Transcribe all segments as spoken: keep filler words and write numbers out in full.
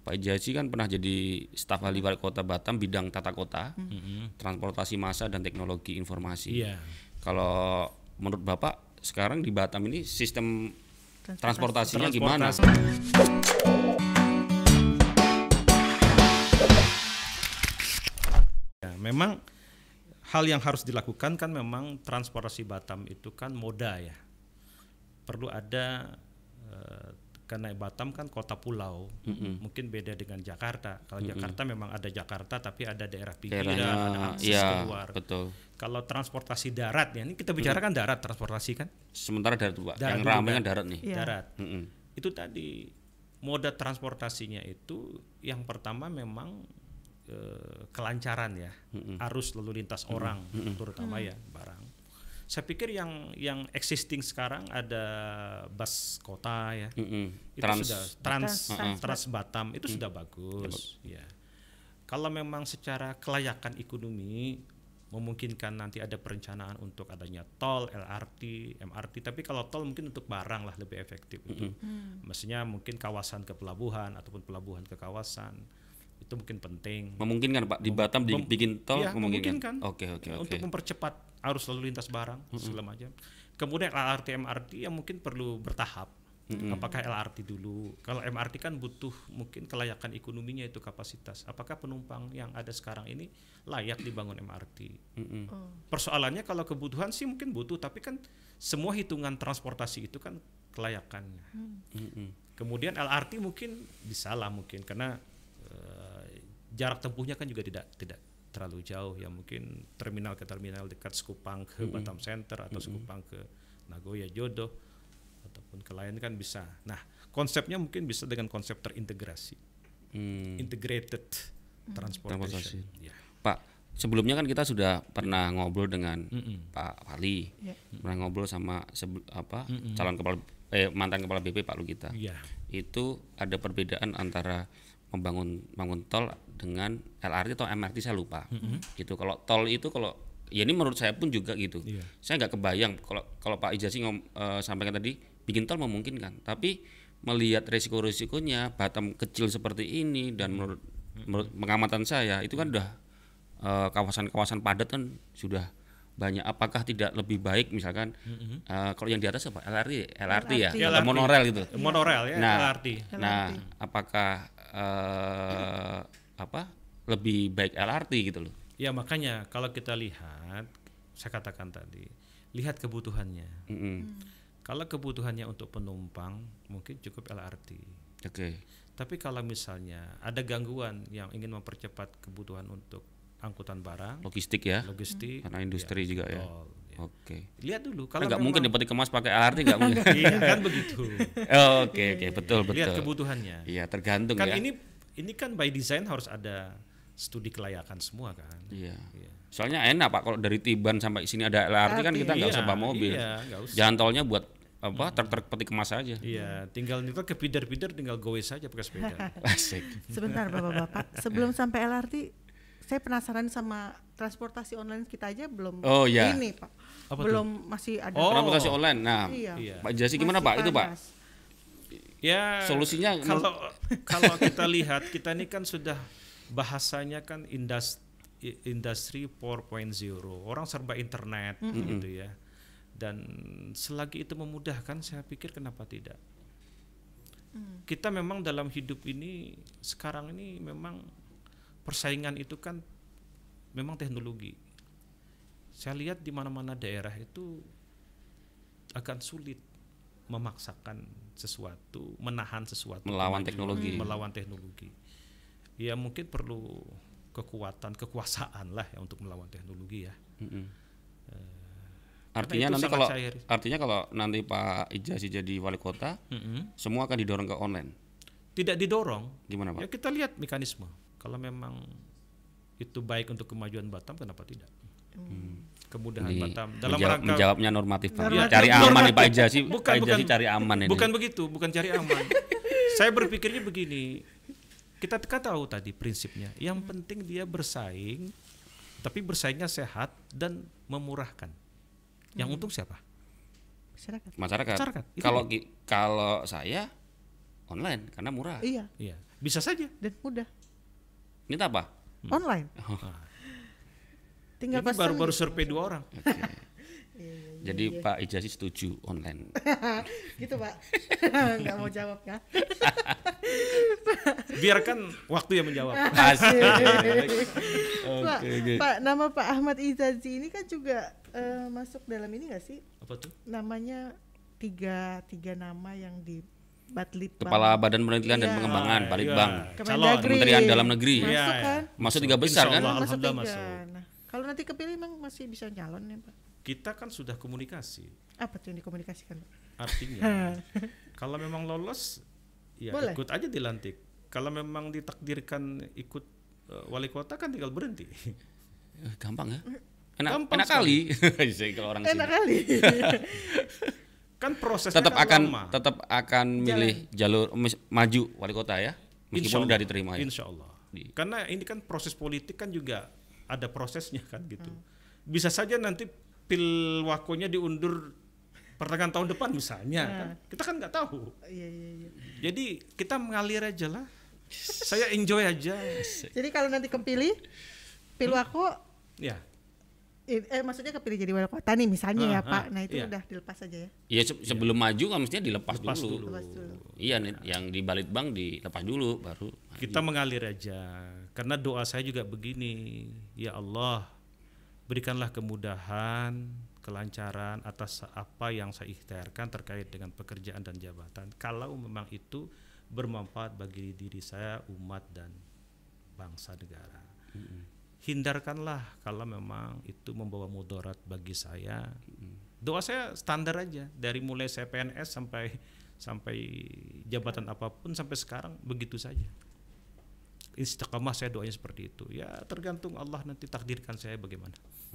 Pak Ijazzi kan pernah jadi staf ahli wali kota Batam bidang tata kota, mm-hmm. transportasi massa dan teknologi informasi. Iya. Kalau menurut Bapak sekarang di Batam ini sistem Transportasi. transportasinya gimana? Ya, memang hal yang harus dilakukan kan memang transportasi Batam itu kan moda ya. Perlu ada eh, karena Batam kan kota pulau, mm-hmm. mungkin beda dengan Jakarta. Kalau mm-hmm. Jakarta memang ada Jakarta, tapi ada daerah pinggiran, ada akses ya, keluar. Betul. Kalau transportasi darat, ya ini kita bicara kan darat transportasi kan. Sementara darat Pak, darat yang ramai kan darat nih. Ya. Darat. Mm-hmm. Itu tadi moda transportasinya itu yang pertama memang eh, kelancaran ya, mm-hmm. arus lalu lintas mm-hmm. orang, mm-hmm. terutama mm-hmm. ya barang. Saya pikir yang yang existing sekarang ada bus kota ya, mm-hmm. itu trans, sudah trans trans, trans, trans Batam itu mm-hmm. sudah bagus. Ya, kalau memang secara kelayakan ekonomi memungkinkan nanti ada perencanaan untuk adanya tol, L R T, M R T. Tapi kalau tol mungkin untuk barang lah lebih efektif itu. Mm-hmm. Mestinya mungkin kawasan ke pelabuhan ataupun pelabuhan ke kawasan. Itu mungkin penting. Memungkinkan Pak di Batam Mem- bikin tol ya, memungkinkan. Oke oke oke. Untuk mempercepat arus lalu lintas barang mm-hmm. segala macam. Kemudian L R T M R T yang mungkin perlu bertahap. Mm-hmm. Apakah L R T dulu? Kalau M R T kan butuh mungkin kelayakan ekonominya itu kapasitas. Apakah penumpang yang ada sekarang ini layak dibangun M R T? Mm-hmm. Oh. Persoalannya kalau kebutuhan sih mungkin butuh, tapi kan semua hitungan transportasi itu kan kelayakannya. Mm-hmm. Kemudian L R T mungkin bisa lah mungkin karena uh, jarak tempuhnya kan juga tidak tidak terlalu jauh ya, mungkin terminal ke terminal dekat Sekupang ke mm-hmm. Batam Center atau mm-hmm. Sekupang ke Nagoya Jodoh ataupun ke lain kan bisa. Nah, konsepnya mungkin bisa dengan konsep terintegrasi, mm. integrated mm. transportation. Ya. Pak, sebelumnya kan kita sudah pernah ngobrol dengan mm-hmm. Pak Fahli, yeah. pernah ngobrol sama sebel, apa mm-hmm. calon kepala eh, mantan kepala B P Pak Lugita. Yeah. Itu ada perbedaan antara membangun bangun tol dengan L R T atau M R T saya lupa. Mm-hmm. Gitu. Kalau tol itu kalau ya ini menurut saya pun juga gitu. Yeah. Saya nggak kebayang kalau kalau Pak Ijazzi ngom, uh, sampaikan tadi bikin tol memungkinkan, tapi melihat resiko-resikonya Batam kecil seperti ini dan menurut mm-hmm. menurut pengamatan saya itu kan udah uh, kawasan-kawasan padat kan sudah banyak. Apakah tidak lebih baik misalkan mm-hmm. uh, kalau yang di atas apa L R T L R T ya L R T. monorail gitu ya. monorail ya nah, L R T nah apakah uh, apa lebih baik L R T gitu loh ya. Makanya kalau kita lihat, saya katakan tadi, lihat kebutuhannya. Mm-hmm. hmm. Kalau kebutuhannya untuk penumpang mungkin cukup L R T. Oke. Okay. Tapi kalau misalnya ada gangguan yang ingin mempercepat kebutuhan untuk angkutan barang, logistik ya, logistik, karena industri ya, juga ya. ya. Oke. Okay. Lihat dulu. Kalau nggak mungkin dapat dikemas pakai L R T nggak mungkin. Iya kan begitu. Oke oh, oke okay, okay. betul betul. Lihat kebutuhannya. Iya tergantung kan ya. Kan ini ini kan by design harus ada studi kelayakan semua kan. Iya. iya. Soalnya enak Pak kalau dari Tiban sampai sini ada L R T kan kita nggak iya, usah bawa mobil. Iya, usah. Jalan tolnya buat apa hmm. truk-truk peti kemas aja. Iya, tinggal itu ke feeder-feeder tinggal goes saja pakai sepeda. Asik. Sebentar Bapak-bapak, sebelum sampai L R T saya penasaran sama transportasi online kita aja belum oh, iya. ini Pak. Apa belum tuh? Masih ada oh. transportasi online. Nah, iya. Pak Ijazzi gimana Pak itu Pak? Ya, solusinya kalau kalau kita lihat kita ini kan sudah bahasanya kan industri industri empat titik nol, orang serba internet mm-hmm. gitu ya. Dan selagi itu memudahkan, saya pikir kenapa tidak? Mm. Kita memang dalam hidup ini sekarang ini memang persaingan itu kan memang teknologi. Saya lihat di mana-mana daerah itu akan sulit memaksakan sesuatu, menahan sesuatu, melawan teknologi. Melawan teknologi. Ya mungkin perlu kekuatan, kekuasaan lah ya untuk melawan teknologi ya. Mm-hmm. Uh, artinya nanti kalau cair. artinya kalau nanti Pak Ijazzi jadi wali kota, mm-hmm. semua akan didorong ke online. Tidak didorong. Gimana Pak? Ya kita lihat mekanisme. Kalau memang itu baik untuk kemajuan Batam, kenapa tidak? Hmm. Kemudahan Ini Batam. Dalam menjawab, rangka menjawabnya normatif Pak. Ya, cari ya, aman normatif. nih Pak Ijazzi. Bukan, Pak Ijazzi bukan, cari aman ini. Bukan begitu, bukan cari aman. Saya berpikirnya begini. Kita kan tahu tadi prinsipnya. Yang hmm. penting dia bersaing, tapi bersaingnya sehat dan memurahkan. Yang hmm. untung siapa? Masyarakat. Masyarakat. Masyarakat. Kalau kalau saya online karena murah. Iya. Iya. Bisa saja dan mudah. Minta apa? Online. Oh. Tinggal ini pesan baru-baru gitu. survei dua orang. Okay. Iya, iya, Jadi iya. Pak Ijazi setuju online. Gitu Pak. Nggak mau jawab kan? Biarkan waktu yang menjawab. Asik. Pak, Oke. Pak, nama Pak Ahmad Ijazi ini kan juga eh, masuk dalam ini nggak sih? Apa tuh? Namanya tiga tiga nama yang di Batlitbang. Kepala Badan Penelitian dan Iya. Pengembangan Ah, Balitbang. iya. Kemendagri. Calon. Kementerian Dalam Negeri. Masuk Iya, kan? Masuk tiga besar kan? Insya Allah, Masuk alhamdulillah tiga. masuk. Nah, kalau nanti kepilih emang masih bisa nyalon ya Pak? Kita kan sudah komunikasi. Apa tuh yang dikomunikasikan Pak? Artinya kalau memang lolos ya Boleh. ikut aja dilantik. Kalau memang ditakdirkan ikut uh, wali kota kan tinggal berhenti. Eh, Gampang ya? Enak, Gampang enak kali. Saya kalau orang Enak sini. kali. Kan prosesnya Tetap kan akan lama. tetap akan milih jalur mis- maju wali kota ya. Insya Meskipun Allah. udah diterima ya. Insya Allah. Di- Karena ini kan proses politik kan juga ada prosesnya kan gitu. Bisa saja nanti pilwakonya diundur pertengahan tahun depan misalnya. Kan? Kita kan nggak tahu. Iya iya iya. Jadi kita mengalir aja lah. Saya enjoy aja. Jadi kalau nanti kepilih Pilwako Ya. eh, eh maksudnya kepilih jadi wali kota nih misalnya ya Ah, Pak. ah, Nah, itu iya. udah dilepas aja ya. Iya se- sebelum maju kan mestinya dilepas Lepas dulu. dulu. Lepas dulu. Iya nih, yang di Balitbang dilepas dulu baru. Kita mengalir aja. Karena doa saya juga begini. Ya Allah, berikanlah kemudahan, kelancaran atas apa yang saya ikhtiarkan terkait dengan pekerjaan dan jabatan. Kalau memang itu bermanfaat bagi diri saya, umat dan bangsa negara. Hindarkanlah kalau memang itu membawa mudarat bagi saya. Doa saya standar aja dari mulai saya P N S sampai sampai jabatan apapun sampai sekarang begitu saja. Istiqamah saya doanya seperti itu. Ya tergantung Allah nanti takdirkan saya bagaimana.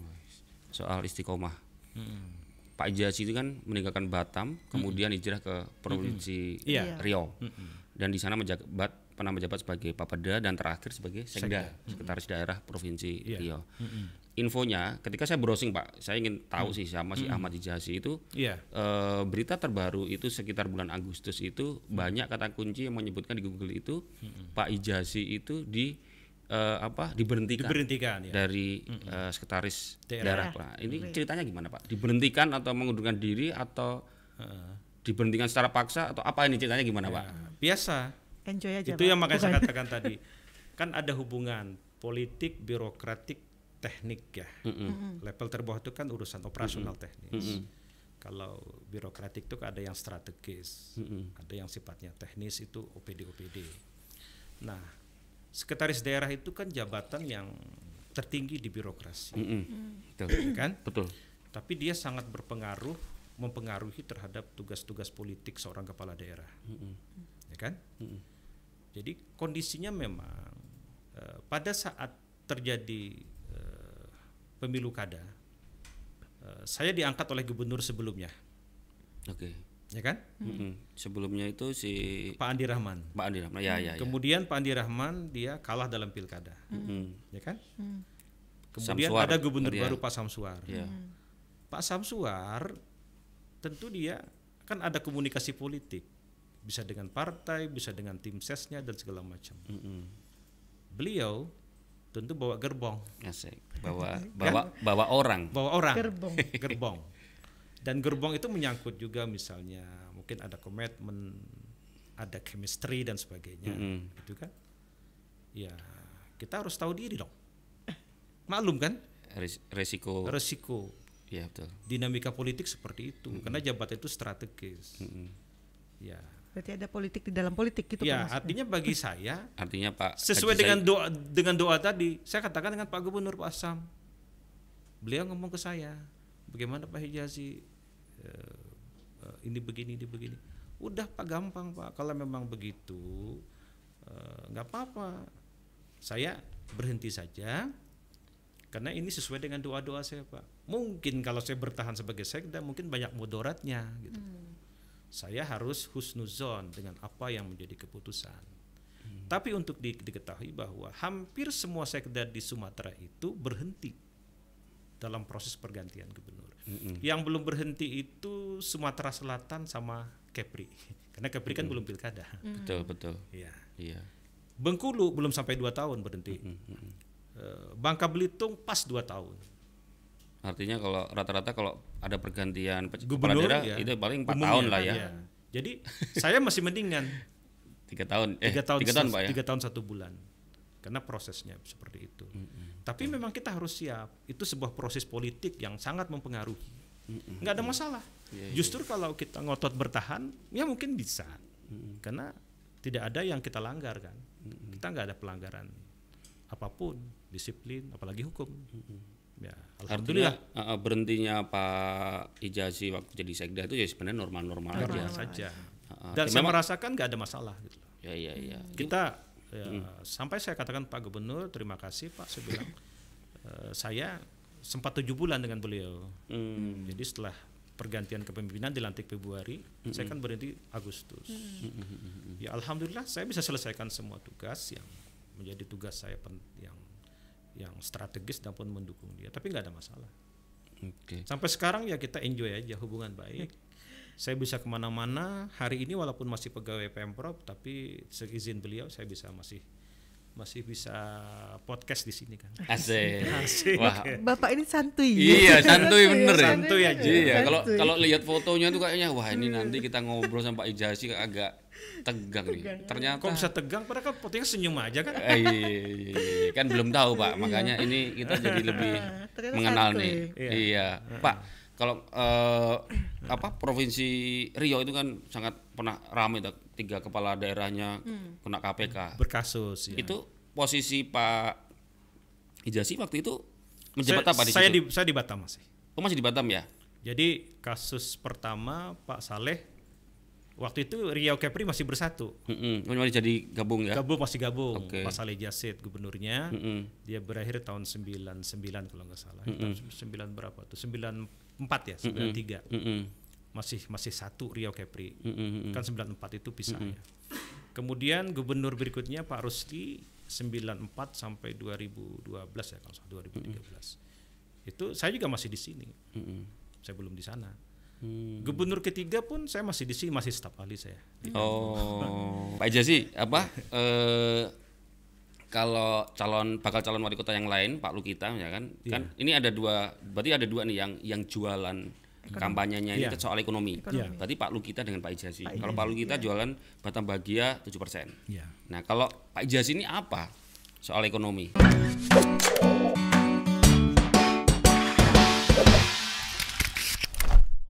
Soal istiqomah. Hmm. Pak Ijazi itu kan meninggalkan Batam, kemudian hijrah ke provinsi Iya. Riau. Dan di sana menjabat pernah menjabat sebagai Papeda dan terakhir sebagai Sekda, Sekretaris Daerah Provinsi Iya. Riau. Infonya, ketika saya browsing Pak, saya ingin tahu sih sama si Ahmad Ijazi itu Iya. eh, berita terbaru itu sekitar bulan Agustus itu banyak kata kunci yang menyebutkan di Google itu Pak Ijazi itu di eh, apa diberhentikan, Diberhentikan ya. dari eh, Sekretaris Daerah. Daerah. Nah, ini ceritanya gimana Pak? Diberhentikan atau mengundurkan diri atau Heeh. diberhentikan secara paksa atau apa ini ceritanya gimana Pak? Nah, biasa. Enjoy aja. Itu Pak. yang makanya saya Bukan. katakan tadi. Kan ada hubungan politik, birokratik, teknik ya. Level terbawah itu kan urusan operasional teknis. Kalau birokratik itu ada yang strategis, ada yang sifatnya teknis itu O P D O P D. Nah, sekretaris daerah itu kan jabatan yang tertinggi di birokrasi, Mm-mm. Betul. ya kan? Betul. Tapi dia sangat berpengaruh, mempengaruhi terhadap tugas-tugas politik seorang kepala daerah, ya kan? Jadi kondisinya memang eh, pada saat terjadi eh, pemilu kada, eh, saya diangkat oleh gubernur sebelumnya, Oke. ya kan? Mm-mm. Sebelumnya itu si Pak Andi Rahman. Pak Andi Rahman. Ya ya ya. Kemudian Pak Andi Rahman dia kalah dalam pilkada, Mm-mm. ya kan? Kemudian Samsuar, ada gubernur dia. baru Pak Samsuar. Ya. Pak Samsuar tentu dia kan ada komunikasi politik, bisa dengan partai, bisa dengan tim sesnya dan segala macam. Mm-mm. Beliau tentu bawa gerbong, Asik. Bawa bawa bawa orang. bawa orang, Gerbong. gerbong. Dan gerbong itu menyangkut juga misalnya mungkin ada komitmen, ada chemistry dan sebagainya, Mm-mm. gitu kan? Ya kita harus tahu diri dong. Maklum kan Res- resiko. resiko Ya betul. dinamika politik seperti itu, karena jabatan itu strategis. Mm-mm. Ya, Berarti ada politik di dalam politik gitu ya Pak maksudnya. artinya bagi saya Artinya Pak sesuai Haji dengan Said- doa dengan doa tadi, saya katakan dengan Pak Gubernur Pak Asam, beliau ngomong ke saya, bagaimana Pak Hijazi, eh, eh, ini begini, ini begini. Udah Pak, gampang Pak, kalau memang begitu eh, nggak apa-apa, saya berhenti saja, karena ini sesuai dengan doa-doa saya Pak. Mungkin kalau saya bertahan sebagai sekda mungkin banyak mudaratnya gitu. Saya harus husnuzon dengan apa yang menjadi keputusan. Tapi untuk di- diketahui bahwa hampir semua sekda di Sumatera itu berhenti dalam proses pergantian gubernur. Yang belum berhenti itu Sumatera Selatan sama Kepri. Karena Kepri kan belum pilkada. Betul betul. Ya. Iya. Bengkulu belum sampai dua tahun berhenti. Mm-hmm. Bangka Belitung pas dua tahun. Artinya kalau rata-rata kalau ada pergantian gubernur daerah ya, itu paling empat tahun lah ya. ya. Jadi saya masih mendingan tiga tahun, eh tiga tahun, tiga tahun Pak ya. Tiga tahun satu bulan. Karena prosesnya seperti itu. Mm-hmm. Tapi mm-hmm. memang kita harus siap. Itu sebuah proses politik yang sangat mempengaruhi. Mm-hmm. Nggak ada masalah. Yeah, Justru yeah. kalau kita ngotot bertahan, ya mungkin bisa. Mm-hmm. Karena tidak ada yang kita langgar kan. Mm-hmm. Kita nggak ada pelanggaran apapun, disiplin, apalagi hukum. Mm-hmm. Ya, alhamdulillah. Artinya, uh, berhentinya Pak Ijazi waktu jadi sekda itu ya sebenarnya normal-normal aja saja. Uh, Dan saya memang, merasakan nggak ada masalah. Gitu. Ya, ya, ya. Kita ya, hmm. sampai saya katakan Pak Gubernur, terima kasih Pak. Saya bilang uh, saya sempat tujuh bulan dengan beliau. Hmm. Jadi setelah pergantian kepemimpinan dilantik Februari, hmm. saya kan berhenti Agustus. Hmm. Ya alhamdulillah saya bisa selesaikan semua tugas yang menjadi tugas saya yang yang strategis dan pun mendukung dia. Tapi nggak ada masalah. Okay. Sampai sekarang ya kita enjoy aja, hubungan baik. Saya bisa kemana-mana hari ini walaupun masih pegawai Pemprov, tapi seizin beliau saya bisa masih masih bisa podcast di sini kan. Asik. Asik. Wah. Bapak ini santuy. Iya, santuy bener ya. Santuy aja. Iya, kalau kalau lihat fotonya tuh kayaknya wah ini nanti kita ngobrol sama Pak Ijazi agak tegang nih. Ternyata kok bisa tegang padahal kan fotonya senyum aja kan. Eh, iya, iya, iya. Kan belum tahu Pak, makanya ini kita jadi lebih mengenal santuy. Nih. Iya, iya. Pak, kalau uh, apa Provinsi Riau itu kan sangat pernah ramai tuh, tiga kepala daerahnya hmm. kena K P K berkasus ya. Itu posisi Pak Ijazi waktu itu menjabat apa di saya situ? Di, saya di Batam masih. Oh masih di Batam ya? Jadi kasus pertama Pak Saleh waktu itu Riau Kepri masih bersatu. Mm-mm. Masih jadi gabung ya? Gabung masih gabung. Okay. Pak Saleh Jasid gubernurnya. Mm-mm. Dia berakhir tahun sembilan puluh sembilan kalau nggak salah. Mm-mm. Tahun sembilan berapa tuh? sembilan puluh empat ya, sembilan puluh tiga. Mm-mm. Masih masih satu Riau Kepri. Mm-mm. Kan sembilan puluh empat itu pisahnya. Mm-mm. Kemudian gubernur berikutnya Pak Rusli sembilan puluh empat sampai dua ribu dua belas ya kalau dua ribu tiga belas. Mm-mm. Itu saya juga masih di sini. Mm-mm. Saya belum di sana. Hmm. Gubernur ketiga pun saya masih di sini, masih staf ahli saya. Oh, Pak Ijazi, apa? eh, kalau calon bakal calon wali kota yang lain, Pak Lukita, ya kan? Yeah. Kan ini ada dua, berarti ada dua nih yang yang jualan ekonomi. Kampanyenya ini yeah. soal ekonomi. ekonomi. Berarti Pak Lukita dengan Pak Ijazi. Pak kalau Pak Lukita yeah. jualan Batam Bahagia tujuh persen. Yeah. Nah, kalau Pak Ijazi ini apa soal ekonomi?